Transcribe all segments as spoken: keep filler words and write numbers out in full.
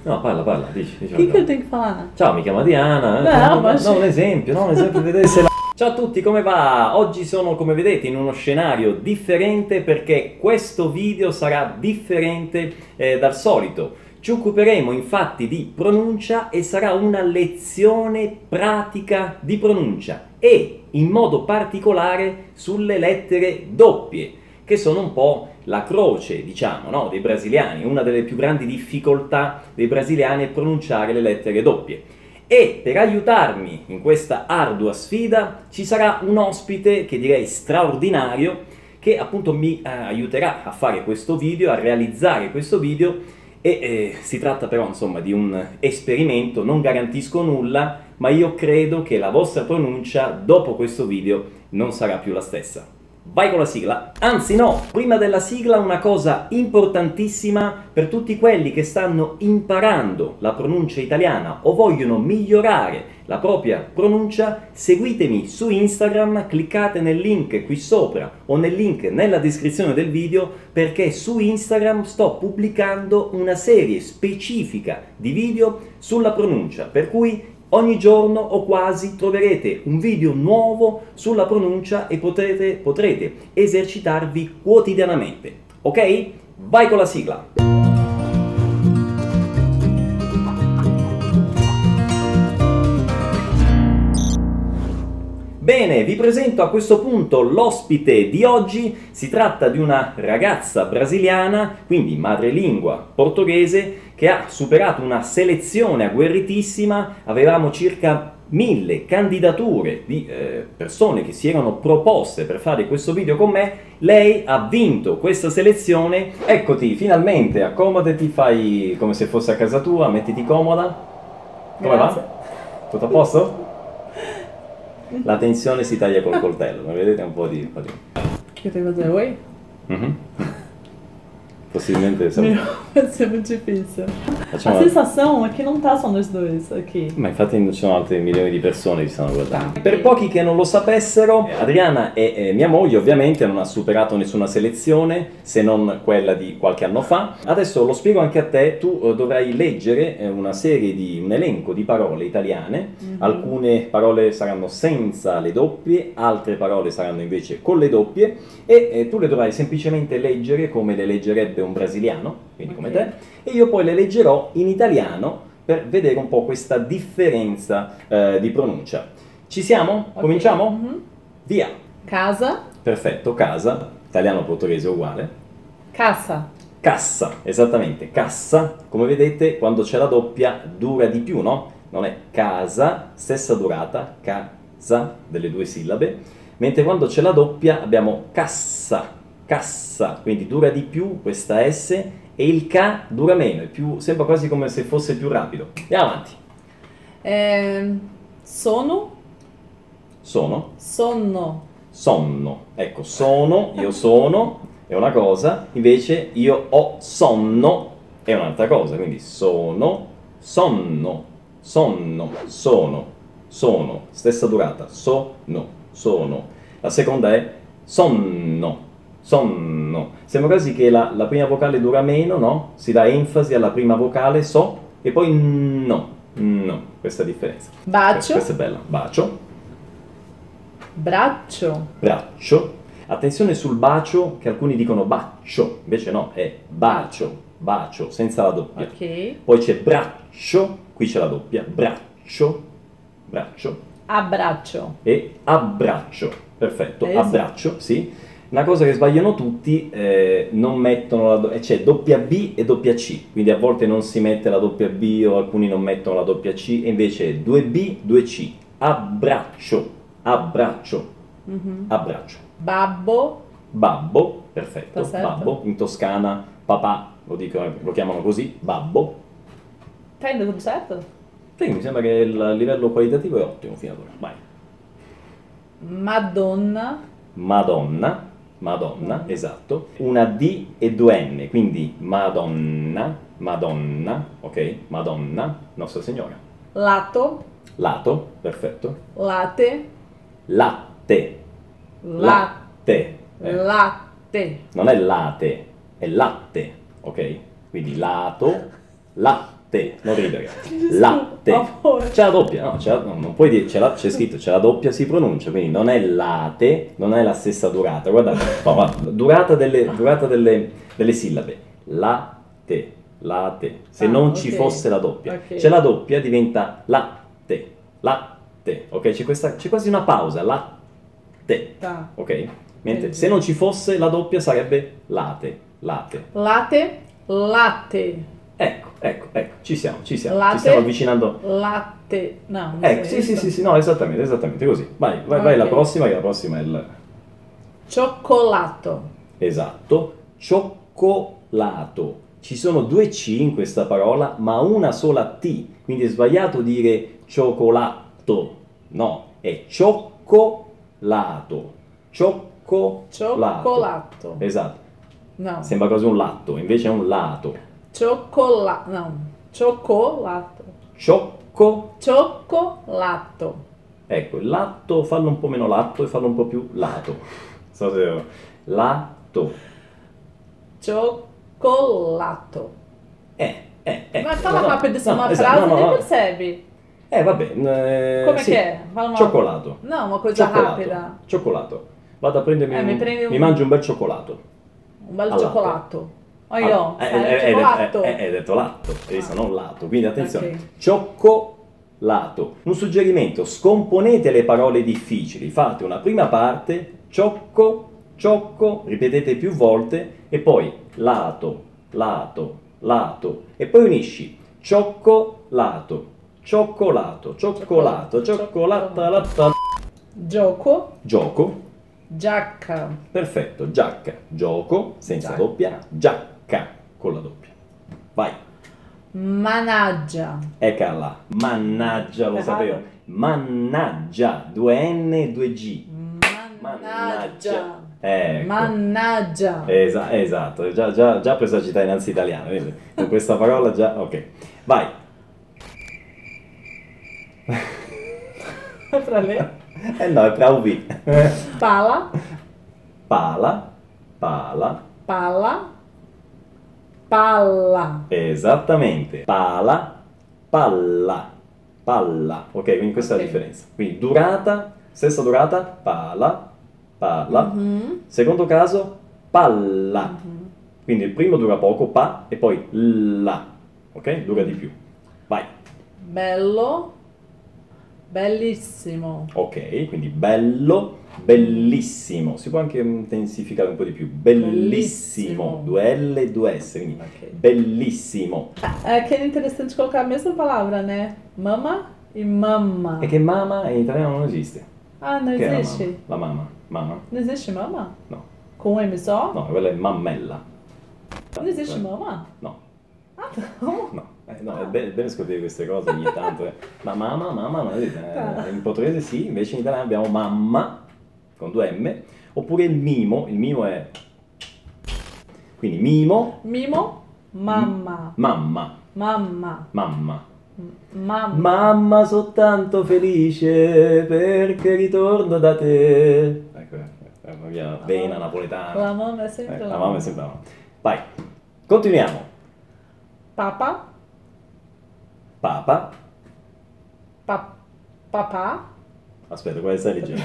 No, parla, parla, dici. dici O que, que eu parla. tenho que falar? Ciao, mi chiamo Diana. No, no, ma- no, un esempio, no, un esempio, vedete se la... Ciao a tutti, come va? Oggi sono, come vedete, in uno scenario differente perché questo video sarà differente eh, dal solito. Ci occuperemo infatti di pronuncia e sarà una lezione pratica di pronuncia e in modo particolare sulle lettere doppie, che sono un po' la croce, diciamo, no, dei brasiliani. Una delle più grandi difficoltà dei brasiliani è pronunciare le lettere doppie. E per aiutarmi in questa ardua sfida ci sarà un ospite che direi straordinario, che appunto mi eh, aiuterà a fare questo video, a realizzare questo video. E eh, si tratta però insomma di un esperimento, non garantisco nulla, ma io credo che la vostra pronuncia dopo questo video non sarà più la stessa. Vai con la sigla? Anzi no, prima della sigla una cosa importantissima per tutti quelli che stanno imparando la pronuncia italiana o vogliono migliorare la propria pronuncia. Seguitemi su Instagram, cliccate nel link qui sopra o nel link nella descrizione del video, perché su Instagram sto pubblicando una serie specifica di video sulla pronuncia, per cui ogni giorno o quasi troverete un video nuovo sulla pronuncia e potrete, potrete esercitarvi quotidianamente. Ok? Vai con la sigla! Bene, vi presento a questo punto l'ospite di oggi. Si tratta di una ragazza brasiliana, quindi madrelingua portoghese, che ha superato una selezione agguerritissima. Avevamo circa mille candidature di eh, persone che si erano proposte per fare questo video con me. Lei ha vinto questa selezione. Eccoti, finalmente, accomodati, fai come se fosse a casa tua, mettiti comoda. Come Grazie. va? Tutto a posto? La tensione si taglia col coltello, come vedete è un po' di... Un po' di... O que eu tenho que fazer? Oi? Mhm. Possibilmente... siamo- Meu, vai ser muito difícil. Facciamo A una- sensação é que não tá só nós dois aqui. Ma infatti ci sono altri milioni di persone che stanno guardando. Ah. Per pochi che non lo sapessero, Adriana è eh, mia moglie, ovviamente non ha superato nessuna selezione, se non quella di qualche anno fa. Adesso lo spiego anche a te, tu eh, dovrai leggere eh, una serie di, un elenco di parole italiane. Mhm. Alcune parole saranno senza le doppie, altre parole saranno invece con le doppie e eh, tu le dovrai semplicemente leggere come le leggerebbe un brasiliano, quindi come Ok. te, e io poi le leggerò in italiano per vedere un po' questa differenza eh, di pronuncia. Ci siamo? Ok. Cominciamo? Mhm. Via! Casa, Perfetto, casa, italiano-portoghese uguale. caça. Cassa, esattamente, cassa, come vedete quando c'è la doppia dura di più, no? Non è casa, stessa durata, casa, delle due sillabe, mentre quando c'è la doppia abbiamo cassa, cassa, quindi dura di più questa S e il K dura meno, è più, sembra quasi come se fosse più rapido. Andiamo avanti. É, sono, Sono, sono. sonno, ecco, sono, io sono, è una cosa, invece io ho sonno, è un'altra cosa, quindi sono, sonno, sonno, sono, sono, stessa durata, sono, sono. La seconda è sonno, sonno. Sembra quasi che la, la prima vocale dura meno, no? Si dà enfasi alla prima vocale, so, e poi no, no, questa è la differenza. Bacio, Questa è bella, bacio. braccio. Braccio. Attenzione sul bacio, che alcuni dicono baccio, invece no, è bacio, bacio, senza la doppia. Ok. Poi c'è braccio, qui c'è la doppia, braccio, braccio Abbraccio. e abbraccio. Perfetto, Eh sì. abbraccio, sì. Una cosa che sbagliano tutti, eh, non mettono la doppia, c'è doppia B e doppia C, quindi a volte non si mette la doppia B o alcuni non mettono la doppia C, e invece è due B, due C. Abbraccio, abbraccio, Mhm. abbraccio. Babbo, Babbo, perfetto, Tá certo. babbo, in Toscana papà lo, dicono, lo chiamano così, babbo. tá indo tudo certo? Sì, mi sembra che il livello qualitativo è ottimo fino ad ora, vai. Madonna, Madonna, Madonna, esatto, una D e due N, quindi Madonna, Madonna, ok, Madonna, Nostra Signora. lato, Lato, perfetto. latte, Latte, latte, latte, eh, latte. non è late, è latte, ok? Quindi lato, latte. latte, non ridere, latte. C'è la doppia, no, c'è la- no, non puoi dire, c'è, la- c'è scritto, c'è la doppia si pronuncia, quindi non è late, non è la stessa durata, guardate, no, ma durata delle, durata delle, delle sillabe, latte, latte, se Ah, non ci ok. fosse la doppia, Ok. c'è la doppia diventa latte, latte, ok? C'è, questa, c'è quasi una pausa, latte, Tá. ok? Mentre Entendi. se non ci fosse la doppia sarebbe late, late. Latte, latte, Ecco, ecco, ecco, ci siamo, ci siamo, Latte. ci stiamo avvicinando. latte. Não, não Ecco, sei sì, sì, isso. sì, sì, no, esattamente, esattamente così. Vai, vai, vai, la Ok. prossima, che la prossima è il... Cioccolato. Esatto, cioccolato. Ci sono due C in questa parola, ma una sola T, quindi è sbagliato dire cioccolato. No, è cioccolato. Cioccolato. Cioccolato. Esatto, Não. sembra quasi un latto, invece è un lato. Chocolate. Não. Cioccolato. Ciocco. Cioccolato. Ecco, il latto, fallo un po' meno latto e fallo un po' più lato. So se... Latto. Cioccolato. Eh, eh, eh. Ma fala no, rápido isso, no, uma esatto, frase no, no, nem no. percebe. Eh, vabbè. eh, Come sì. che è? Fala uma... Cioccolato. Não, uma coisa Cioccolato. rápida. Cioccolato. Vado a prendermi Eh, un... mi prendi un- mi mangio un bel cioccolato. Un bel Al latte. cioccolato. Olha, Ah, eh, sai, eh, eh, cioccolato. eh, eh, hai detto latto, hai visto, Ah. non lato. Quindi attenzione. Ok. Cioccolato. Un suggerimento, scomponete le parole difficili. Fate una prima parte, ciocco, ciocco, ripetete più volte e poi lato, lato, lato e poi unisci cioccolato, cioccolato, cioccolato, cioccolata, latta, Gioco. gioco, Giacca. perfetto, giacca, gioco, senza Giacca. doppia, giacca con la doppia. Vai, Managgia. eccola, mannaggia, lo Errado. sapevo, mannaggia, due N e due G, Mannaggia. ecco. Mannaggia. Esa- esatto, già, già, già per esercitare innanzi italiano, vedi? Con questa parola già, ok. Vai. Pra ler. Eh no, è per U V. Pala. Pala, pala, Pala. Palla. esattamente. Pala, palla, palla. Ok, quindi questa è la Ok. differenza. Quindi durata, stessa durata, pala, palla. Mhm. Secondo caso, palla. Quindi il primo dura poco, pa, e poi la. Ok? Dura di più. Vai. Bello. Bellissimo. Ok, quindi bello, bellissimo. Si può anche intensificare un po' di più. Bellissimo. Bellissimo. Due L e due S, quindi Ok. bellissimo. É que é interessante colocar a mesma palavra, né? Mama e mama. E che mama in italiano non esiste. Ah, não Che è la existe? mamma? La mamma. Mamma? Não existe mama? No. Com M só? No, quella è mammella. Não existe mama? No. Ah, não. No, eh, no, è bene, è bene scoprire queste cose ogni tanto. eh. Ma mamma, mamma, non esiste. Eh, in portoghese sì, invece in italiano abbiamo mamma con due M, oppure il mimo. Il mimo è... Quindi mimo, Mimo, mamma. mamma, Mamma. mamma. Mamma. Mamma, soltanto felice perché ritorno da te. Ecco, eh, la mia vena napoletana. La mamma è sempre Eh, la la mamma è sempre la mamma. Vai, continuiamo. Papa. Papa. Pa- papà. Aspetta, come stai leggendo?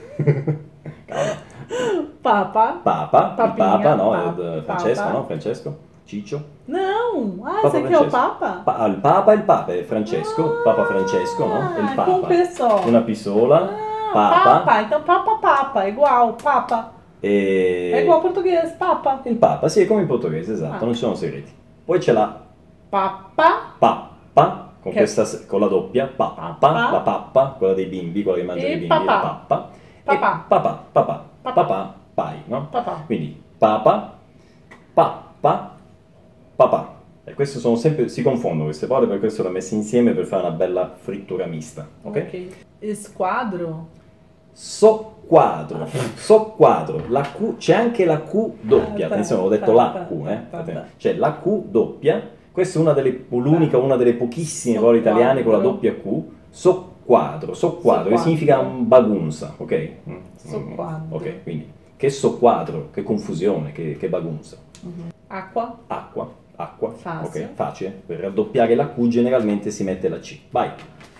Calma. Papa. Papa, il Papinha, Papa, no? papa, è Francesco, papa. no? Francesco? Ciccio? Não. Ah, Papa esse aqui é o Francesco. Papa? Pa- il Papa e il Papa è Francesco, Papa Francesco, no? E il Ah, Papa. com P só. Una P sola, Ah, Papa, papa. Então papa, papa. Igual, papa. e... É igual ao português, papa. Il Papa, sì, è come in portoghese, esatto, Ah. non ci sono segreti. Poi c'è la Papa. pappa, con, Che- questa, se- con la doppia, pappa, Pappa. la pappa, quella dei bimbi, quella che mangiano E i bimbi, la papà. pappa. Papà. E papà, papà, Papà. papà, pai, no? Papà. Quindi papa, pappa, papà. E queste sono sempre, si confondono queste parole, per questo le ho messe insieme per fare una bella frittura mista, ok? Ok. Squadro. Soquadro, soquadro, la Q, c'è anche la Q doppia, Ah, attenzione, ho detto ta, la ta, Q, ta, eh? ta, Attenzione. ta. C'è la Q doppia, questa è una delle, l'unica, una delle pochissime parole italiane con la doppia Q, soquadro, soquadro, che Soquadro. significa un bagunza, ok? Mm. Soquadro. Ok, quindi, che soquadro, che confusione, che, che bagunza. Acqua. Acqua, acqua. Fácil. Ok, facile. Per raddoppiare la Q generalmente si mette la C. Vai.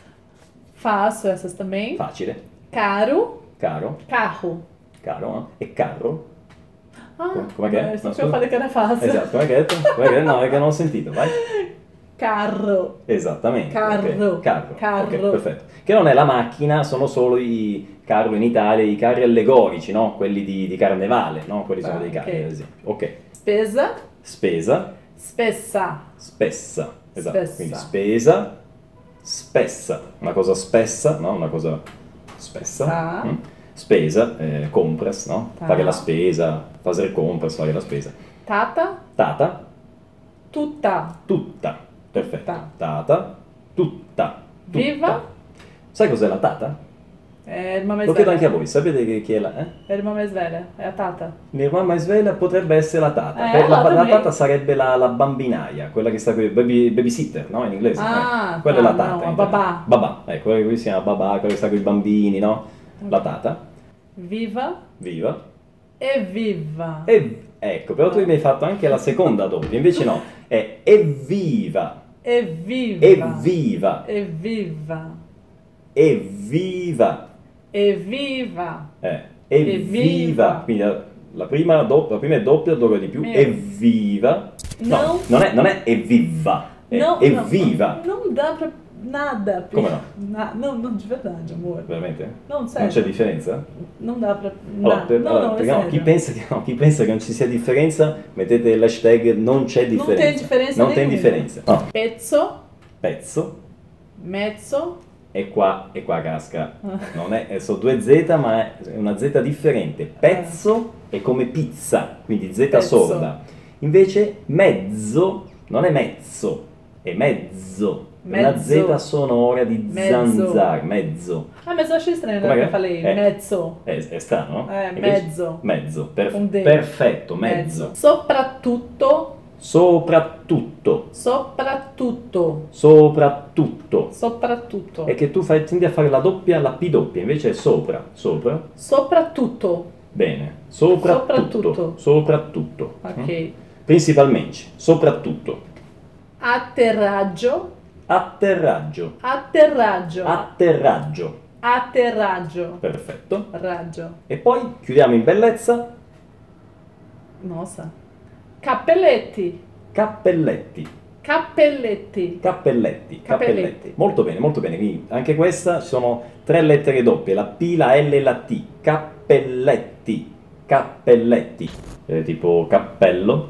Fácil, essas também. Facile. Caro, Caro. carro. Caro. eh? E carro. Ah, Come- com'è che è? isso Non que eu so. falei que era fácil. Esatto, come hai detto? Com'è che- No, è che non ho sentito, vai. Carro. Esattamente. Carro. ok. Carro. Carro. Ok, perfetto. Che non è la macchina, sono solo i carro in Italia, i carri allegorici, no? Quelli di, di carnevale, no? Quelli sono Ah, dei carri, ok. ad esempio. Ok. Spesa, Spesa, spessa. spessa. Esatto. Spessa. Quindi spesa, spessa. Una cosa spessa, no? Una cosa spessa. Tá. Mm. Spesa, eh, compras, no? Tá. Fare la spesa, fazer compras, fare la spesa. Tata, Tata, tutta. tutta. Perfetto. Tutta. Tata, tutta. tutta. Viva. Sai cos'è la tata? É a irmã mais Lo chiedo velha. anche a voi, sapete che chi è la... Eh? É a irmã mais velha. É a Tata. L'irmã mais sveglia potrebbe essere la tata. Eh, Per la, la la também. tata sarebbe la, la bambinaia, quella che sta con i baby, babysitter, no? In inglese. Ah, eh. Quella tá, è la tata. não, a in babá. italiano. Babà, ecco, quella che qui si chiama babà, quella che sta con i bambini, no? La tata. Viva Viva. e viva. E ecco, però tu mi hai fatto anche la seconda doppia, invece no, è evviva, Evviva. evviva, Evviva. evviva, Evviva. eh, evviva, Evviva. quindi la, la prima, do- la prima è doppia, due di più, Meu. evviva, no, Não. non è, non è evviva, è Não, evviva, Não, não dá pra nada. Pi. Come no? Na- não, não, de verdade, amor. veramente? Não, Non sério. c'è differenza? Não dá pra. Allora, na- per- não, allora, não, é perché no, sério. chi, pensa che, no, chi pensa che non ci sia differenza, mettete l'hashtag non c'è Non differenza. tem diferença Non tem nenhuma. differenza. No. Pezzo, Pezzo, mezzo, e qua, e qua casca. Non è, eh, sono due Z, ma è una Z differente. Pezzo è come pizza, quindi Z Pezzo. sorda. Invece mezzo non è mezzo, è mezzo. È una Z Mezzo. sonora di Mezzo. zanzar, mezzo. Ah, mas eu achei estranho, né? Com'è Que che eu falei. è? Mezzo. È, è strano, no? Eh, Invece- mezzo. Mezzo, per- Un D. perfetto, mezzo. Soprattutto. Soprattutto, Soprattutto. soprattutto. Soprattutto. È che tu fai, tendi a fare la doppia, la P doppia, invece è sopra, sopra. Soprattutto. Bene, soprattutto, Soprattutto. soprattutto. Ok. Mm? Principalmente, soprattutto. Atterraggio. Atterraggio, Atterraggio. atterraggio. Atterraggio. Perfetto. Raggio. E poi chiudiamo in bellezza, Nossa. Cappelletti. cappelletti. Cappelletti. Cappelletti, cappelletti. Cappelletti. Molto bene, molto bene. Quindi anche questa ci sono tre lettere doppie, la P, la L e la T. Cappelletti, cappelletti. Eh, tipo cappello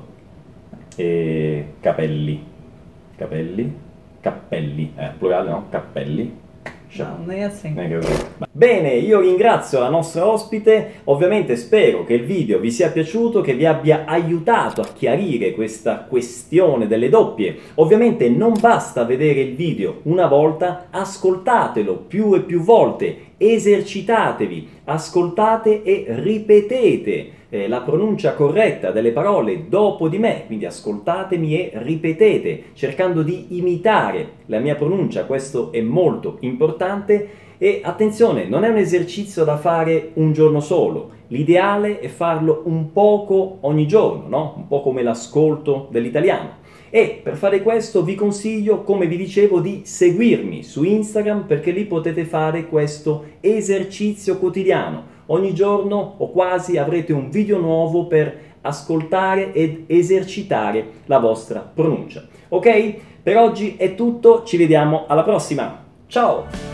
e capelli. Capelli, cappelli, eh, plurale no? Cappelli. Não, nem assim. Neanche così. Bene, io ringrazio la nostra ospite, ovviamente spero che il video vi sia piaciuto, che vi abbia aiutato a chiarire questa questione delle doppie. Ovviamente non basta vedere il video una volta, ascoltatelo più e più volte, esercitatevi, ascoltate e ripetete eh, la pronuncia corretta delle parole dopo di me, quindi ascoltatemi e ripetete, cercando di imitare la mia pronuncia, questo è molto importante. E attenzione, non è un esercizio da fare un giorno solo, l'ideale è farlo un poco ogni giorno, no? Un po' come l'ascolto dell'italiano. E per fare questo vi consiglio, come vi dicevo, di seguirmi su Instagram, perché lì potete fare questo esercizio quotidiano. Ogni giorno o quasi avrete un video nuovo per ascoltare ed esercitare la vostra pronuncia. Ok? Per oggi è tutto, ci vediamo alla prossima. Ciao!